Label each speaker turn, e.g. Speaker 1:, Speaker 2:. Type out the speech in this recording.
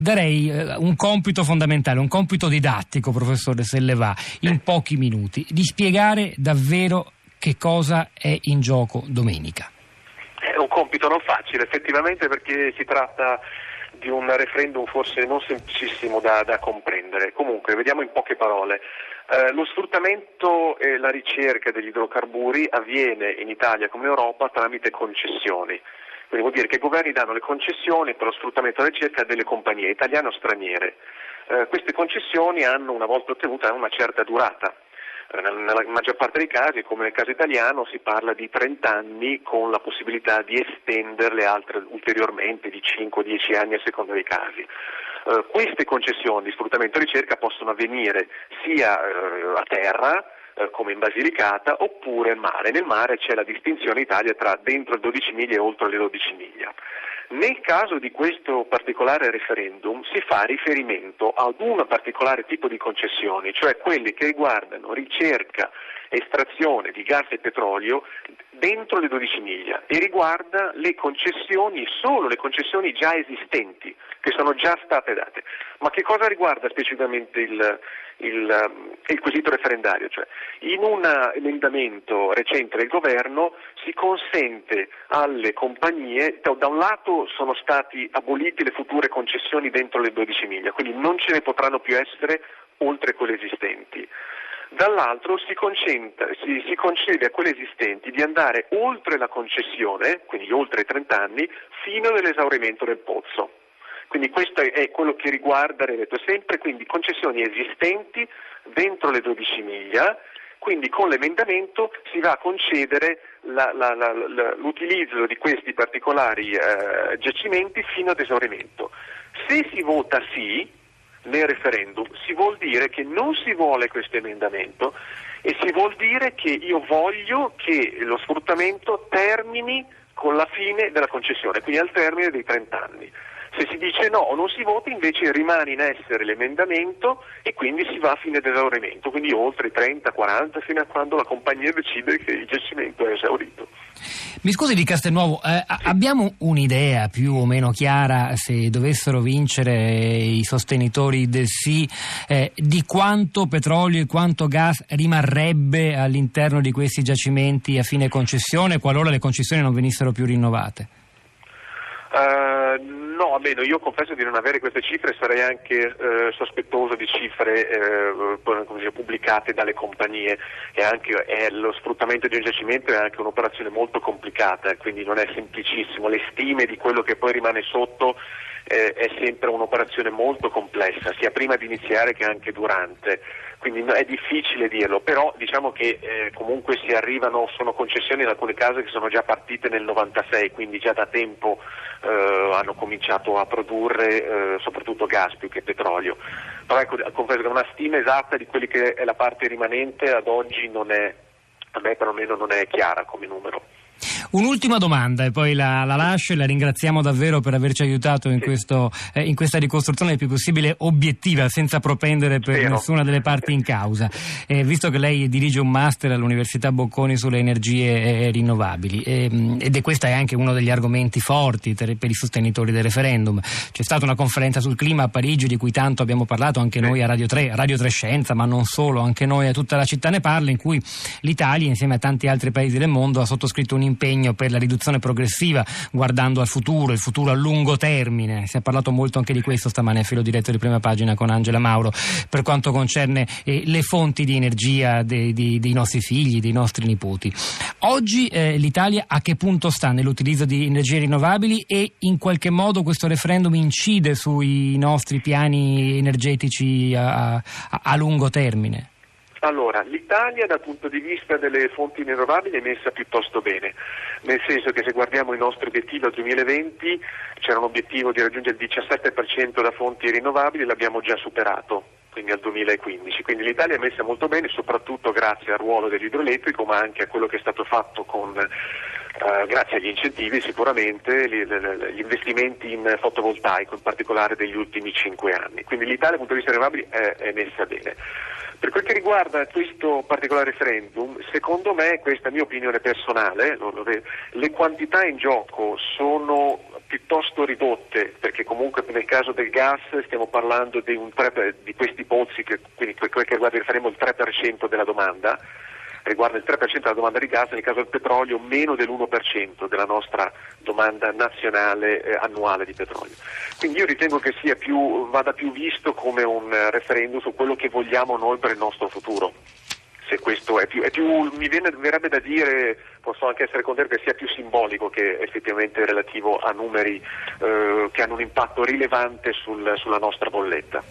Speaker 1: Darei un compito fondamentale, un compito didattico, professore, se le va, in pochi minuti, di spiegare davvero che cosa è in gioco domenica.
Speaker 2: È un compito non facile, effettivamente, perché si tratta di un referendum forse non semplicissimo da comprendere. Comunque, vediamo in poche parole. Lo sfruttamento e la ricerca degli idrocarburi avviene in Italia come in Europa tramite concessioni. Quindi vuol dire che i governi danno le concessioni per lo sfruttamento e la ricerca delle compagnie italiane o straniere. Queste concessioni hanno, una volta ottenute, una certa durata. Nella maggior parte dei casi, come nel caso italiano, si parla di 30 anni con la possibilità di estenderle ulteriormente di 5-10 anni a seconda dei casi. Queste concessioni di sfruttamento e ricerca possono avvenire sia a terra, come in Basilicata, oppure in mare. Nel mare c'è la distinzione in Italia tra dentro le 12 miglia e oltre le 12 miglia. Nel caso di questo particolare referendum si fa riferimento ad un particolare tipo di concessioni, cioè quelle che riguardano ricerca, estrazione di gas e petrolio dentro le 12 miglia e riguarda le concessioni, solo le concessioni già esistenti, che sono già state date. Ma che cosa riguarda specificamente il quesito referendario? Cioè, in un emendamento recente del governo si consente alle compagnie, da un lato sono stati abolite le future concessioni dentro le 12 miglia, quindi non ce ne potranno più essere oltre quelle esistenti. Dall'altro si concede a quelle esistenti di andare oltre la concessione, quindi oltre i 30 anni, fino all'esaurimento del pozzo. Quindi questo è quello che riguarda, ripeto, sempre quindi concessioni esistenti dentro le 12 miglia, quindi con l'emendamento si va a concedere l'utilizzo di questi particolari giacimenti fino ad esaurimento. Se si vota sì nel referendum, si vuol dire che non si vuole questo emendamento e si vuol dire che io voglio che lo sfruttamento termini con la fine della concessione, quindi al termine dei 30 anni. Se si dice no o non si vota, invece rimane in essere l'emendamento e quindi si va a fine d'esaurimento, quindi oltre i 30, 40, fino a quando la compagnia decide che il giacimento è esaurito.
Speaker 1: Mi scusi di Castelnuovo, abbiamo un'idea più o meno chiara, se dovessero vincere i sostenitori del sì, di quanto petrolio e quanto gas rimarrebbe all'interno di questi giacimenti a fine concessione, qualora le concessioni non venissero più rinnovate?
Speaker 2: No, almeno io confesso di non avere queste cifre, sarei anche sospettoso di cifre pubblicate dalle compagnie e anche lo sfruttamento di un giacimento è anche un'operazione molto complicata, quindi non è semplicissimo, le stime di quello che poi rimane sotto è sempre un'operazione molto complessa, sia prima di iniziare che anche durante. Quindi è difficile dirlo, però diciamo che comunque sono concessioni in alcune case che sono già partite nel 96, quindi già da tempo hanno cominciato a produrre soprattutto gas più che petrolio. Però ecco, confesso che una stima esatta di quelli che è la parte rimanente ad oggi a me perlomeno non è chiara come numero.
Speaker 1: Un'ultima domanda e poi la lascio e la ringraziamo davvero per averci aiutato in questa ricostruzione il più possibile obiettiva, senza propendere per nessuna delle parti in causa. Visto che lei dirige un master all'Università Bocconi sulle energie rinnovabili ed questo è anche uno degli argomenti forti per i sostenitori del referendum. C'è stata una conferenza sul clima a Parigi di cui tanto abbiamo parlato anche noi a Radio 3 Scienza, ma non solo, anche noi a Tutta la città ne parla, in cui l'Italia insieme a tanti altri paesi del mondo ha sottoscritto un impegno per la riduzione progressiva guardando al futuro, il futuro a lungo termine. Si è parlato molto anche di questo stamane a filo diretto di Prima Pagina con Angela Mauro per quanto concerne le fonti di energia dei nostri figli, dei nostri nipoti. Oggi l'Italia a che punto sta nell'utilizzo di energie rinnovabili e in qualche modo questo referendum incide sui nostri piani energetici a lungo termine?
Speaker 2: Allora, l'Italia dal punto di vista delle fonti rinnovabili è messa piuttosto bene, nel senso che se guardiamo i nostri obiettivi al 2020 c'era un obiettivo di raggiungere il 17% da fonti rinnovabili, l'abbiamo già superato, quindi al 2015. Quindi l'Italia è messa molto bene, soprattutto grazie al ruolo dell'idroelettrico, ma anche a quello che è stato fatto grazie agli incentivi sicuramente, gli investimenti in fotovoltaico, in particolare degli ultimi 5 anni. Quindi l'Italia dal punto di vista rinnovabili è messa bene. Per quel che riguarda questo particolare referendum, secondo me, questa è la mia opinione personale, le quantità in gioco sono piuttosto ridotte, perché comunque nel caso del gas stiamo parlando di questi pozzi, quindi per quel che riguarda il referendum il 3% della domanda, riguarda il 3% della domanda di gas, nel caso del petrolio meno dell'1% della nostra domanda nazionale annuale di petrolio. Quindi io ritengo che vada più visto come un referendum su quello che vogliamo noi per il nostro futuro. Se questo mi verrebbe da dire, posso anche essere contento che sia più simbolico che effettivamente relativo a numeri che hanno un impatto rilevante sulla nostra bolletta.